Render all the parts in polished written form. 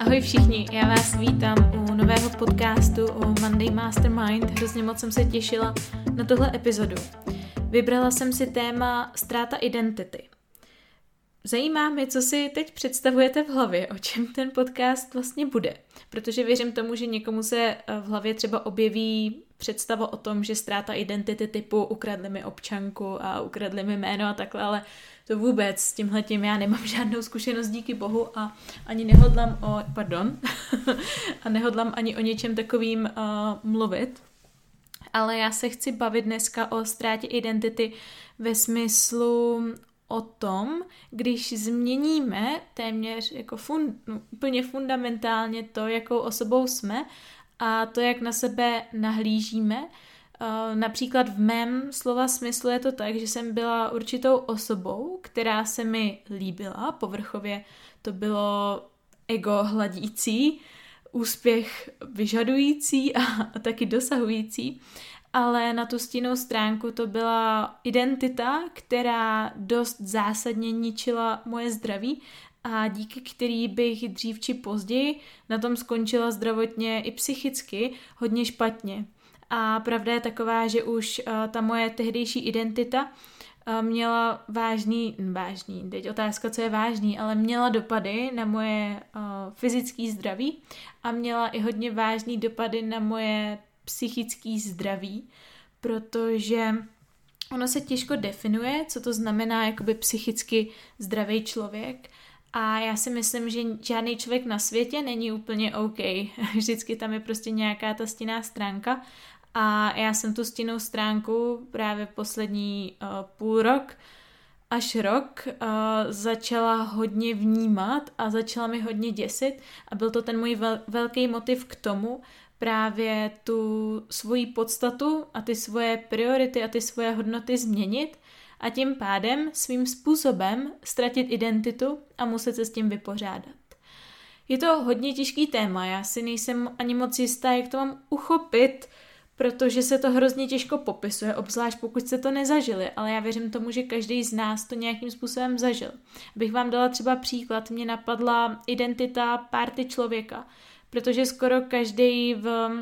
Ahoj všichni, já vás vítám u nového podcastu o Monday Mastermind. Hrozně moc jsem se těšila na tohle epizodu. Vybrala jsem si téma ztráta identity. Zajímá mě, co si teď představujete v hlavě, o čem ten podcast vlastně bude. Protože věřím tomu, že někomu se v hlavě třeba objeví představa o tom, že ztráta identity typu ukradli mi občanku a ukradli mi jméno a takhle, ale to vůbec s tímhletím já nemám žádnou zkušenost, díky bohu, a ani nehodlám nehodlám ani o něčem takovým mluvit. Ale já se chci bavit dneska o ztrátě identity ve smyslu o tom, když změníme téměř jako úplně fundamentálně to, jakou osobou jsme a to, jak na sebe nahlížíme. Například v mém slova smyslu je to tak, že jsem byla určitou osobou, která se mi líbila, povrchově to bylo ego hladící, úspěch vyžadující a taky dosahující, ale na tu stinnou stránku to byla identita, která dost zásadně ničila moje zdraví a díky který bych dřív či později na tom skončila zdravotně i psychicky hodně špatně. A pravda je taková, že už ta moje tehdejší identita měla vážný, teď otázka, co je vážný, ale měla dopady na moje fyzické zdraví a měla i hodně vážný dopady na moje psychické zdraví, protože ono se těžko definuje, co to znamená jakoby psychicky zdravý člověk. A já si myslím, že žádný člověk na světě není úplně OK. Vždycky tam je prostě nějaká ta stinná stránka. A já jsem tu stinnou stránku právě poslední půl rok až rok začala hodně vnímat a začala mi hodně děsit. A byl to ten můj velký motiv k tomu, právě tu svoji podstatu a ty svoje priority a ty svoje hodnoty změnit a tím pádem svým způsobem ztratit identitu a muset se s tím vypořádat. Je to hodně těžký téma, já si nejsem ani moc jistá, jak to mám uchopit, protože se to hrozně těžko popisuje, obzvlášť pokud jste to nezažili, ale já věřím tomu, že každý z nás to nějakým způsobem zažil. Abych vám dala třeba příklad, mě napadla identita párty člověka, protože skoro každý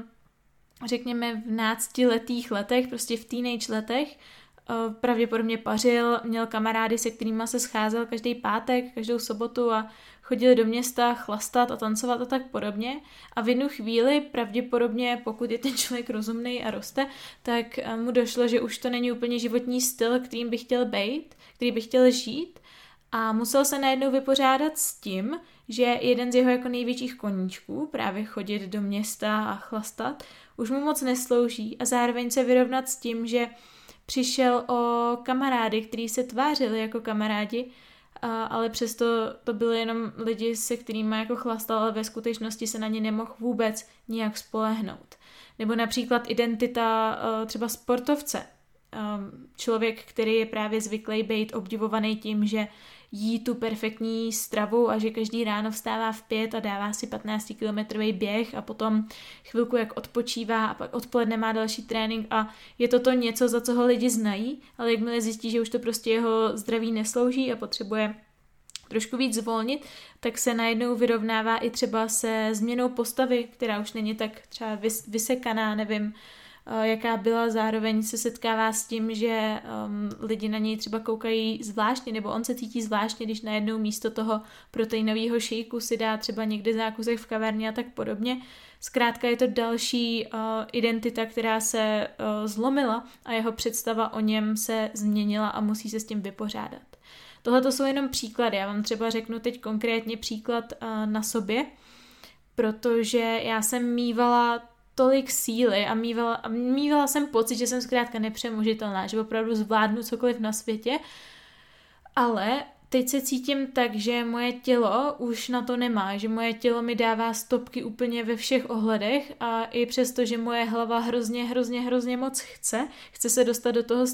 řekněme v 12letých letech, prostě v teenage letech, pravděpodobně pařil, měl kamarády, se kterýma se scházel každý pátek, každou sobotu a chodili do města chlastat a tancovat a tak podobně. A v jednu chvíli pravděpodobně, pokud je ten člověk rozumný a roste, tak mu došlo, že už to není úplně životní styl, kterým by chtěl být, který by chtěl žít. A musel se najednou vypořádat s tím, že jeden z jeho jako největších koníčků, právě chodit do města a chlastat, už mu moc neslouží a zároveň se vyrovnat s tím, že přišel o kamarády, kteří se tvářili jako kamarádi, ale přesto to byly jenom lidi, se kterými jako chlastal, ale ve skutečnosti se na ně nemohl vůbec nijak spolehnout. Nebo například identita třeba sportovce. Člověk, který je právě zvyklý být obdivovaný tím, že jí tu perfektní stravu a že každý ráno vstává v 5 a dává si 15-kilometrový běh a potom chvilku jak odpočívá a pak odpoledne má další trénink a je to něco, za co ho lidi znají, ale jakmile zjistí, že už to prostě jeho zdraví neslouží a potřebuje trošku víc zvolnit, tak se najednou vyrovnává i třeba se změnou postavy, která už není tak třeba vysekaná, nevím, jaká byla, zároveň se setkává s tím, že lidi na něj třeba koukají zvláštně, nebo on se cítí zvláštně, když najednou místo toho proteinového šejku si dá třeba někde zákusek v kavárně a tak podobně. Zkrátka je to další identita, která se zlomila a jeho představa o něm se změnila a musí se s tím vypořádat. Tohle to jsou jenom příklady, já vám třeba řeknu teď konkrétně příklad na sobě, protože já jsem mívala tolik síly a mívala jsem pocit, že jsem zkrátka nepřemožitelná, že opravdu zvládnu cokoliv na světě, ale teď se cítím tak, že moje tělo už na to nemá, že moje tělo mi dává stopky úplně ve všech ohledech a i přesto, že moje hlava hrozně moc chce se dostat do toho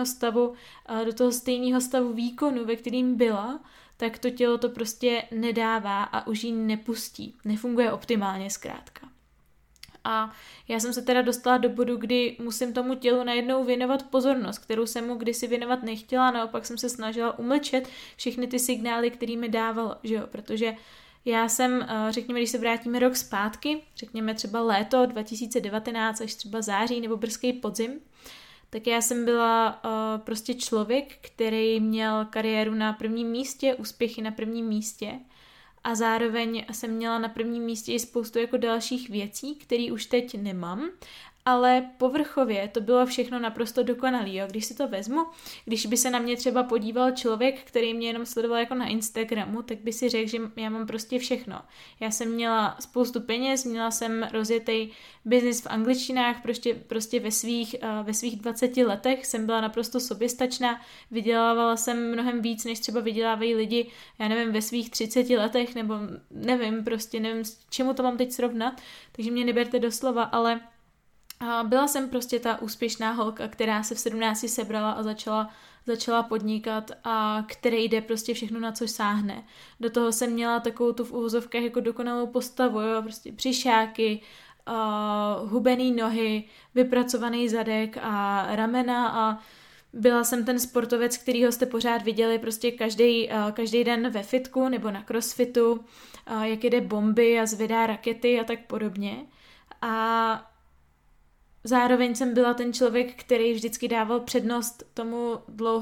stejného stavu výkonu, ve kterým byla, tak to tělo to prostě nedává a už ji nepustí. Nefunguje optimálně zkrátka. A já jsem se teda dostala do bodu, kdy musím tomu tělu najednou věnovat pozornost, kterou jsem mu kdysi věnovat nechtěla, naopak jsem se snažila umlčet všechny ty signály, které mi dávalo, že jo, protože Já jsem, řekněme, když se vrátíme rok zpátky, řekněme třeba léto 2019 až třeba září nebo brzký podzim, tak já jsem byla prostě člověk, který měl kariéru na prvním místě, úspěchy na prvním místě a zároveň jsem měla na prvním místě i spoustu jako dalších věcí, které už teď nemám, ale povrchově to bylo všechno naprosto dokonalý. Jo? Když si to vezmu, když by se na mě třeba podíval člověk, který mě jenom sledoval jako na Instagramu, tak by si řekl, že já mám prostě všechno. Já jsem měla spoustu peněz, měla jsem rozjetý biznis v angličtinách, prostě ve svých 20 letech jsem byla naprosto soběstačná, vydělávala jsem mnohem víc, než třeba vydělávají lidi, já nevím, ve svých 30 letech, nebo nevím, čemu to mám teď srovnat, takže mě neberte doslova, ale a byla jsem prostě ta úspěšná holka, která se v 17 sebrala a začala podnikat a který jde prostě všechno, na co sáhne. Do toho jsem měla takovou tu v uvozovkách jako dokonalou postavu, jo, prostě břišáky, hubený nohy, vypracovaný zadek a ramena a byla jsem ten sportovec, kterýho jste pořád viděli prostě každý den ve fitku nebo na crossfitu, jak jede bomby a zvedá rakety a tak podobně. A zároveň jsem byla ten člověk, který vždycky dával přednost tomu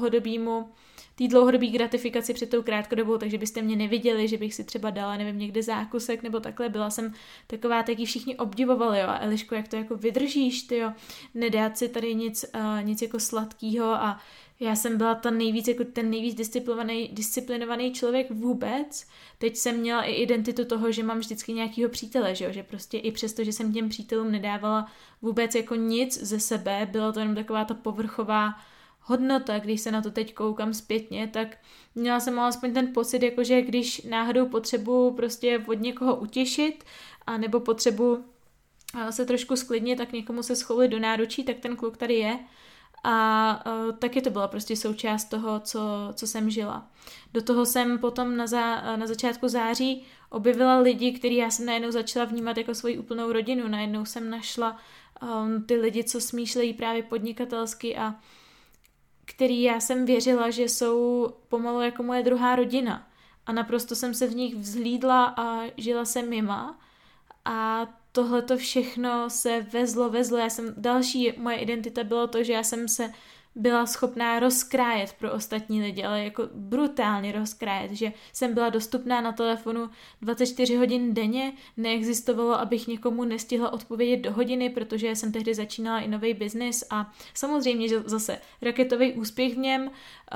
té dlouhodobé gratifikaci před tou krátkodobou, takže byste mě neviděli, že bych si třeba dala, nevím, někde zákusek nebo takhle. Byla jsem taková, taky všichni obdivovali, jo, a Eliško, jak to jako vydržíš, tyjo, nedát si tady nic jako sladkýho a já jsem byla ten nejvíc disciplinovaný člověk vůbec. Teď jsem měla i identitu toho, že mám vždycky nějakýho přítele, že prostě i přesto, že jsem těm přítelům nedávala vůbec jako nic ze sebe, byla to jenom taková ta povrchová hodnota, když se na to teď koukám zpětně, tak měla jsem alespoň ten pocit, jakože když náhodou potřebuji prostě od někoho utěšit, a nebo potřebuji se trošku sklidnit, tak někomu se schoulit do náručí, tak ten kluk tady je. A taky to byla prostě součást toho, co jsem žila. Do toho jsem potom na začátku září objevila lidi, který já jsem najednou začala vnímat jako svoji úplnou rodinu. Najednou jsem našla ty lidi, co smýšlejí právě podnikatelsky a který já jsem věřila, že jsou pomalu jako moje druhá rodina. A naprosto jsem se v nich vzhlídla a žila jsem jima. A tohle to všechno se vezlo. Další moje identita bylo to, že já jsem se byla schopná rozkrájet pro ostatní lidi, ale jako brutálně rozkrájet, že jsem byla dostupná na telefonu 24 hodin denně, neexistovalo, abych někomu nestihla odpovědět do hodiny, protože jsem tehdy začínala i nový biznis a samozřejmě, že zase raketový úspěch v něm,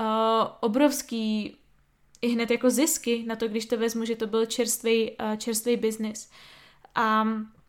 obrovský i hned jako zisky na to, když to vezmu, že to byl čerstvý biznis. A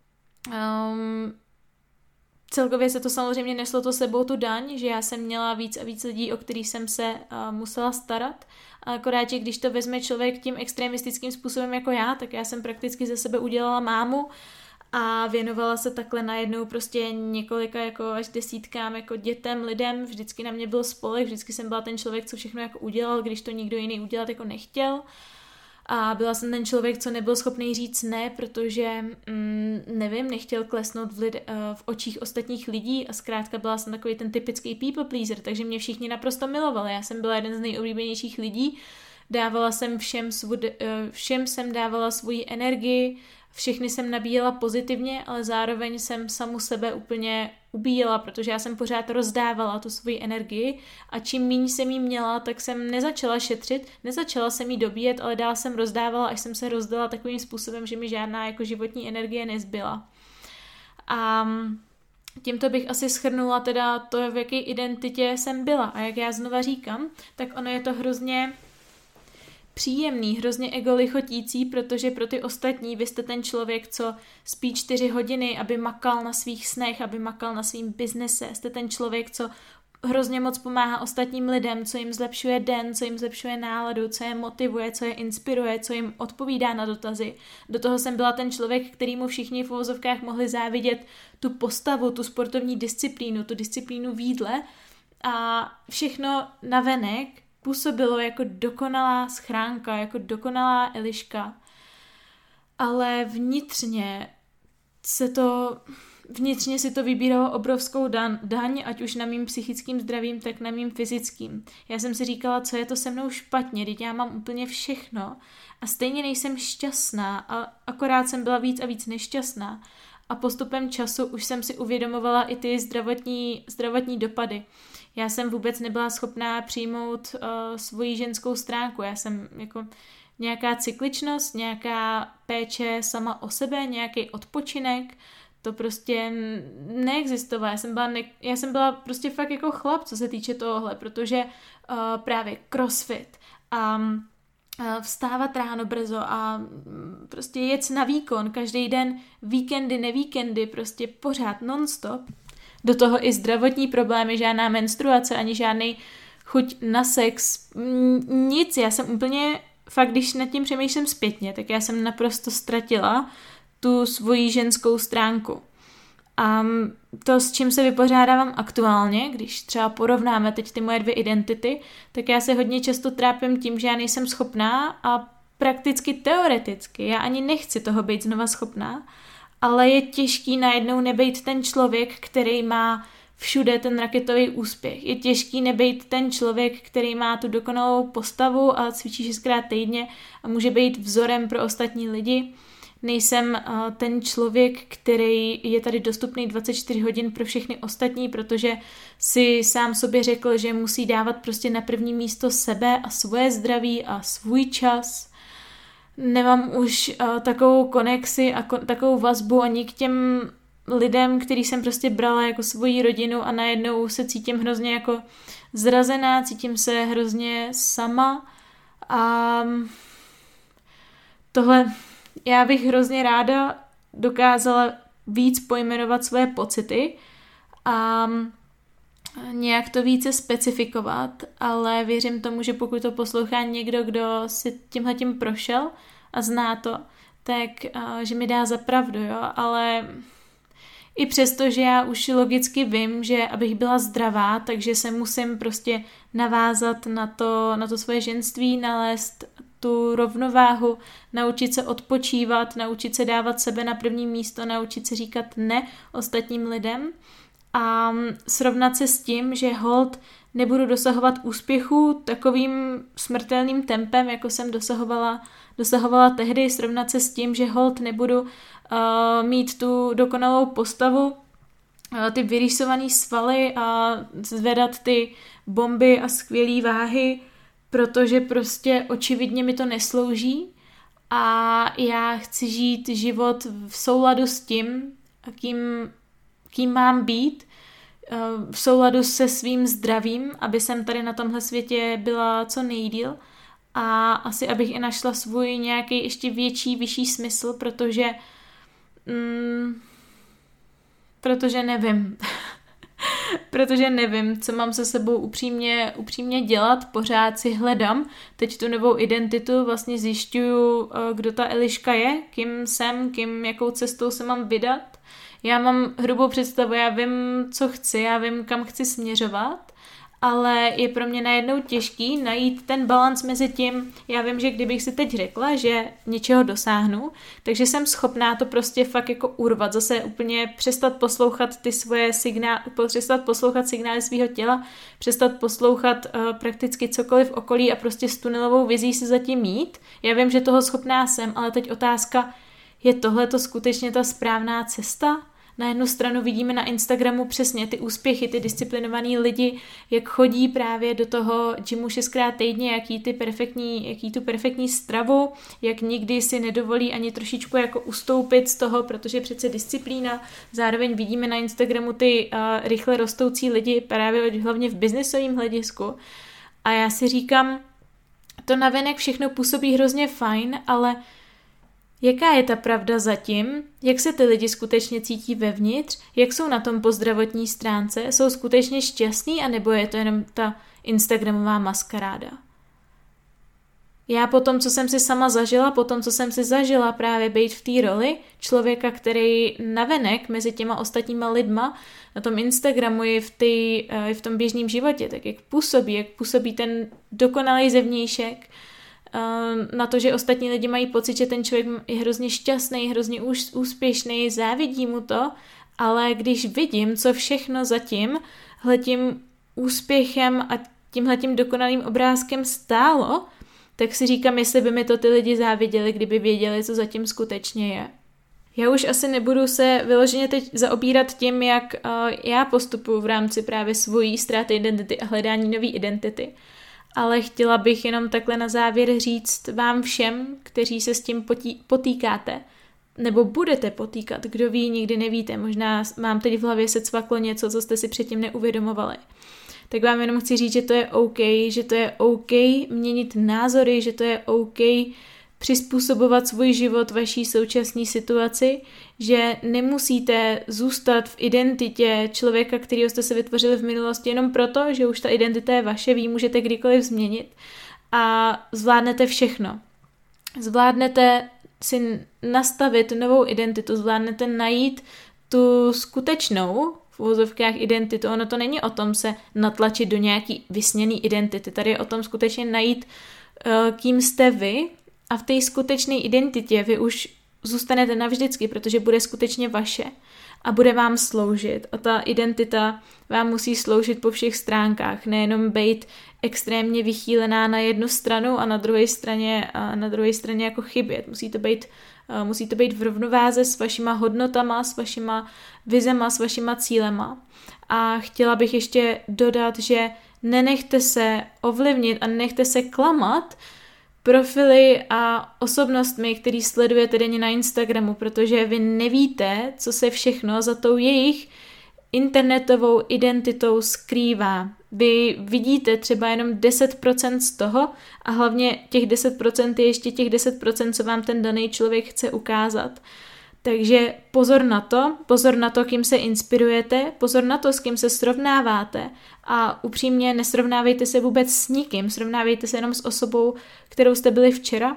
celkově se to samozřejmě neslo to sebou tu daň, že já jsem měla víc a víc lidí, o kterých jsem se musela starat. A akorát, že když to vezme člověk tím extremistickým způsobem jako já, tak já jsem prakticky ze sebe udělala mámu a věnovala se takhle najednou prostě několika jako až desítkám jako dětem, lidem. Vždycky na mě byl spolek, vždycky jsem byla ten člověk, co všechno jako udělal, když to nikdo jiný udělat jako nechtěl. A byla jsem ten člověk, co nebyl schopný říct ne, protože, nechtěl klesnout v očích ostatních lidí a zkrátka byla jsem takový ten typický people pleaser, takže mě všichni naprosto milovali. Já jsem byla jeden z nejoblíbenějších lidí, dávala jsem všem jsem dávala svoji energii, všechny jsem nabíjela pozitivně, ale zároveň jsem samu sebe úplně ubíjela, protože já jsem pořád rozdávala tu svoji energii a čím méně jsem jí měla, tak jsem nezačala šetřit, nezačala jsem jí dobíjet, ale dál jsem rozdávala, až jsem se rozdala takovým způsobem, že mi žádná jako životní energie nezbyla. A tímto bych asi shrnula teda to, v jaké identitě jsem byla. A jak já znova říkám, tak ono je to hrozně příjemný, hrozně egolichotící, protože pro ty ostatní vy jste ten člověk, co spí 4 hodiny, aby makal na svých snech, aby makal na svým biznese. Jste ten člověk, co hrozně moc pomáhá ostatním lidem, co jim zlepšuje den, co jim zlepšuje náladu, co je motivuje, co je inspiruje, co jim odpovídá na dotazy. Do toho jsem byla ten člověk, kterýmu všichni v uvozovkách mohli závidět tu postavu, tu sportovní disciplínu, tu disciplínu v jídle a všechno navenek působilo jako dokonalá schránka, jako dokonalá Eliška. Ale vnitřně se to vnitřně si to vybíralo obrovskou daň, ať už na mým psychickým zdravím, tak na mým fyzickým. Já jsem si říkala, co je to se mnou špatně, teď já mám úplně všechno a stejně nejsem šťastná a akorát jsem byla víc a víc nešťastná. A postupem času už jsem si uvědomovala i ty zdravotní dopady. Já jsem vůbec nebyla schopná přijmout svoji ženskou stránku. Já jsem jako nějaká cykličnost, nějaká péče sama o sebe, nějaký odpočinek, to prostě neexistovalo. Já jsem byla prostě fakt jako chlap, co se týče tohohle, protože právě crossfit a vstávat ráno brzo a prostě jet na výkon každý den, víkendy, nevíkendy, prostě pořád non-stop. Do toho i zdravotní problémy, žádná menstruace, ani žádný chuť na sex, nic. Já jsem úplně, fakt když nad tím přemýšlím zpětně, tak já jsem naprosto ztratila tu svoji ženskou stránku. A to, s čím se vypořádávám aktuálně, když třeba porovnáme teď ty moje 2 identity, tak já se hodně často trápím tím, že já nejsem schopná a prakticky teoreticky, já ani nechci toho být znova schopná, ale je těžký najednou nebejt ten člověk, který má všude ten raketový úspěch. Je těžký nebejt ten člověk, který má tu dokonalou postavu a cvičí 6krát týdně a může být vzorem pro ostatní lidi. Nejsem ten člověk, který je tady dostupný 24 hodin pro všechny ostatní, protože si sám sobě řekl, že musí dávat prostě na první místo sebe a svoje zdraví a svůj čas. Nemám už takovou konexi a takovou vazbu ani k těm lidem, který jsem prostě brala jako svoji rodinu a najednou se cítím hrozně jako zrazená, cítím se hrozně sama a tohle já bych hrozně ráda dokázala víc pojmenovat svoje pocity a nějak to více specifikovat, ale věřím tomu, že pokud to poslouchá někdo, kdo si tímhletím prošel a zná to, tak že mi dá za pravdu, jo, ale i přesto, že já už logicky vím, že abych byla zdravá, takže se musím prostě navázat na to svoje ženství, nalézt tu rovnováhu, naučit se odpočívat, naučit se dávat sebe na první místo, naučit se říkat ne ostatním lidem a srovnat se s tím, že hold nebudu dosahovat úspěchu takovým smrtelným tempem, jako jsem dosahovala tehdy, srovnat se s tím, že hold nebudu mít tu dokonalou postavu, ty vyrýsované svaly a zvedat ty bomby a skvělé váhy, protože prostě očividně mi to neslouží a já chci žít život v souladu s tím, kým mám být, v souladu se svým zdravím, aby jsem tady na tomhle světě byla co nejdýl a asi abych i našla svůj nějaký ještě vyšší smysl, protože nevím. Protože nevím, co mám se sebou upřímně dělat, pořád si hledám teď tu novou identitu, vlastně zjišťuju, kdo ta Eliška je, kým jsem, jakou cestou se mám vydat. Já mám hrubou představu, já vím, co chci, já vím, kam chci směřovat, ale je pro mě najednou těžký najít ten balans mezi tím, já vím, že kdybych si teď řekla, že něčeho dosáhnu, takže jsem schopná to prostě fakt jako urvat, zase úplně přestat poslouchat přestat poslouchat signály svého těla, přestat poslouchat prakticky cokoliv v okolí a prostě s tunelovou vizí se zatím mít. Já vím, že toho schopná jsem, ale teď otázka, je tohleto skutečně ta správná cesta? Na jednu stranu vidíme na Instagramu přesně ty úspěchy, ty disciplinovaný lidi, jak chodí právě do toho gymu 6krát týdně, jaký tu perfektní stravu, jak nikdy si nedovolí ani trošičku jako ustoupit z toho, protože přece disciplína. Zároveň vidíme na Instagramu ty rychle rostoucí lidi, právě hlavně v biznesovém hledisku. A já si říkám, to navenek všechno působí hrozně fajn, ale jaká je ta pravda zatím? Jak se ty lidi skutečně cítí vevnitř? Jak jsou na tom po zdravotní stránce? Jsou skutečně šťastní, anebo je to jenom ta instagramová maskaráda? Já po tom, co jsem si sama zažila, právě být v té roli člověka, který navenek mezi těma ostatníma lidma na tom Instagramu i v tom běžném životě, tak jak působí ten dokonalý zevnějšek, na to, že ostatní lidi mají pocit, že ten člověk je hrozně šťastný, hrozně úspěšný, závidí mu to ale když vidím, co všechno za tímhletím úspěchem a tímhletím dokonalým obrázkem stálo, tak si říkám, jestli by mi to ty lidi záviděli, kdyby věděli, co zatím skutečně je. Já už asi nebudu se vyloženě teď zaobírat tím, jak já postupuji v rámci právě svojí ztráty identity a hledání nové identity, ale chtěla bych jenom takhle na závěr říct vám všem, kteří se s tím potýkáte, nebo budete potýkat, kdo ví, nikdy nevíte, možná mám teď v hlavě se cvaklo něco, co jste si předtím neuvědomovali. Tak vám jenom chci říct, že to je OK, že to je OK měnit názory, že to je OK přizpůsobovat svůj život vaší současné situaci, že nemusíte zůstat v identitě člověka, kterýho jste se vytvořili v minulosti jenom proto, že už ta identita je vaše, vy ji můžete kdykoliv změnit a zvládnete všechno. Zvládnete si nastavit novou identitu, zvládnete najít tu skutečnou v uvozovkách identitu. Ono to není o tom se natlačit do nějaký vysněný identity. Tady je o tom skutečně najít, kým jste vy, a v té skutečné identitě vy už zůstanete navždycky, protože bude skutečně vaše a bude vám sloužit. A ta identita vám musí sloužit po všech stránkách, nejenom být extrémně vychýlená na jednu stranu a na druhé straně jako chybět. Musí to být v rovnováze s vašima hodnotama, s vašima vizema, s vašima cílema. A chtěla bych ještě dodat, že nenechte se ovlivnit a nenechte se klamat profily a osobnostmi, který sledujete denně na Instagramu, protože vy nevíte, co se všechno za tou jejich internetovou identitou skrývá. Vy vidíte třeba jenom 10% z toho a hlavně těch 10% je ještě těch 10%, co vám ten daný člověk chce ukázat. Takže pozor na to, kým se inspirujete, pozor na to, s kým se srovnáváte a upřímně nesrovnávejte se vůbec s nikým, srovnávejte se jenom s osobou, kterou jste byli včera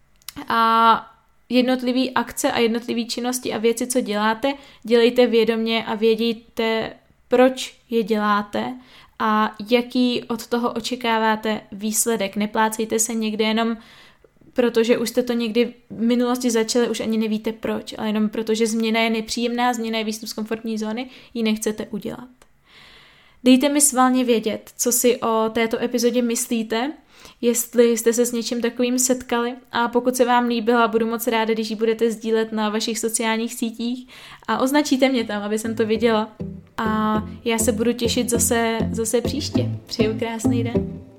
a jednotlivý akce a jednotlivý činnosti a věci, co děláte, dělejte vědomě a vědějte, proč je děláte a jaký od toho očekáváte výsledek. Neplácejte se někde jenom protože už jste to někdy v minulosti začali, už ani nevíte proč, ale jenom protože změna je nepříjemná, změna je výstup z komfortní zóny, ji nechcete udělat. Dejte mi schválně vědět, co si o této epizodě myslíte, jestli jste se s něčím takovým setkali a pokud se vám líbila, budu moc ráda, když ji budete sdílet na vašich sociálních sítích a označíte mě tam, aby jsem to viděla. A já se budu těšit zase příště. Přeju krásný den.